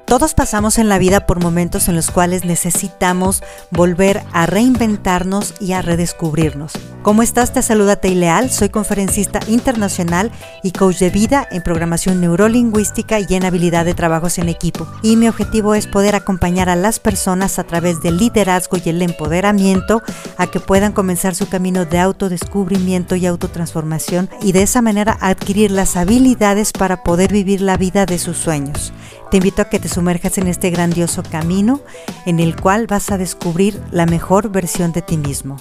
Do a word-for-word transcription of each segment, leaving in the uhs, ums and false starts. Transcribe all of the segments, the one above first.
Todos pasamos en la vida por momentos en los cuales necesitamos volver a reinventarnos y a redescubrirnos. ¿Cómo estás? Te saluda Tei Leal, soy conferencista internacional y coach de vida en programación neurolingüística y en habilidad de trabajos en equipo. Y mi objetivo es poder acompañar a las personas a través del liderazgo y el empoderamiento a que puedan comenzar su camino de autodescubrimiento y autotransformación y de esa manera adquirir las habilidades para poder vivir la vida de sus sueños. Te invito a que te sumerjas en este grandioso camino en el cual vas a descubrir la mejor versión de ti mismo.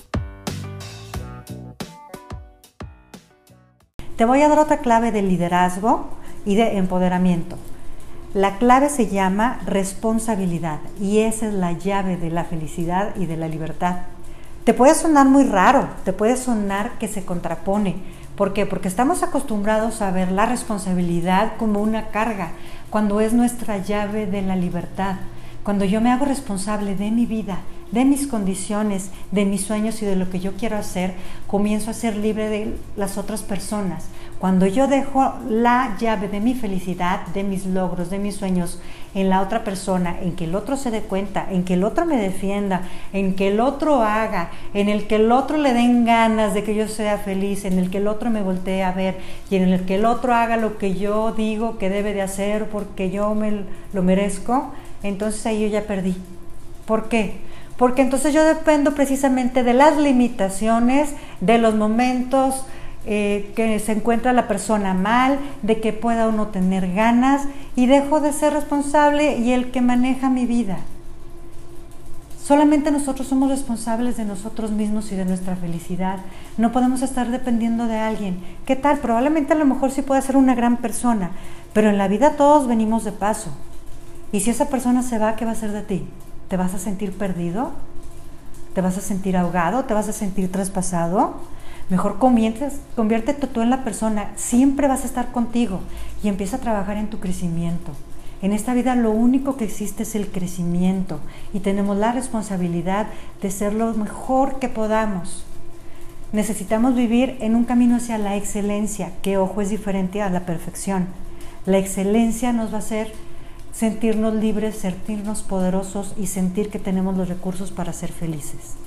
Te voy a dar otra clave de liderazgo y de empoderamiento. La clave se llama responsabilidad y esa es la llave de la felicidad y de la libertad. Te puede sonar muy raro, te puede sonar que se contrapone. ¿Por qué? Porque estamos acostumbrados a ver la responsabilidad como una carga, cuando es nuestra llave de la libertad. Cuando yo me hago responsable de mi vida, de mis condiciones, de mis sueños y de lo que yo quiero hacer, comienzo a ser libre de las otras personas. Cuando yo dejo la llave de mi felicidad, de mis logros, de mis sueños en la otra persona, en que el otro se dé cuenta, en que el otro me defienda, en que el otro haga, en el que el otro le den ganas de que yo sea feliz, en el que el otro me voltee a ver y en el que el otro haga lo que yo digo que debe de hacer porque yo me lo merezco, entonces ahí yo ya perdí. ¿Por qué? Porque entonces yo dependo precisamente de las limitaciones, de los momentos eh, que se encuentra la persona mal, de que pueda uno tener ganas y dejo de ser responsable y el que maneja mi vida. Solamente nosotros somos responsables de nosotros mismos y de nuestra felicidad. No podemos estar dependiendo de alguien. ¿Qué tal? Probablemente a lo mejor sí pueda ser una gran persona, pero en la vida todos venimos de paso. Y si esa persona se va, ¿qué va a hacer de ti? ¿Te vas a sentir perdido? ¿Te vas a sentir ahogado? ¿Te vas a sentir traspasado? Mejor conviértete tú en la persona, siempre vas a estar contigo y empieza a trabajar en tu crecimiento. En esta vida lo único que existe es el crecimiento y tenemos la responsabilidad de ser lo mejor que podamos. Necesitamos vivir en un camino hacia la excelencia, que ojo es diferente a la perfección. La excelencia nos va a hacer sentirnos libres, sentirnos poderosos y sentir que tenemos los recursos para ser felices.